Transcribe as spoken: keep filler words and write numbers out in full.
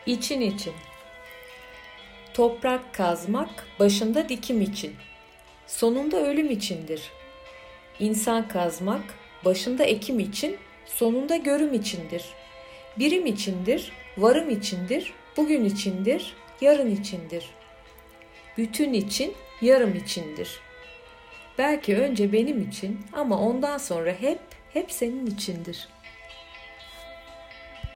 İçin için. Toprak kazmak başında dikim için. Sonunda ölüm içindir. İnsan kazmak başında ekim için, sonunda görüm içindir. Birim içindir, varım içindir, bugün içindir, yarın içindir. Bütün için, yarım içindir. Belki önce benim için ama ondan sonra hep, hep senin içindir.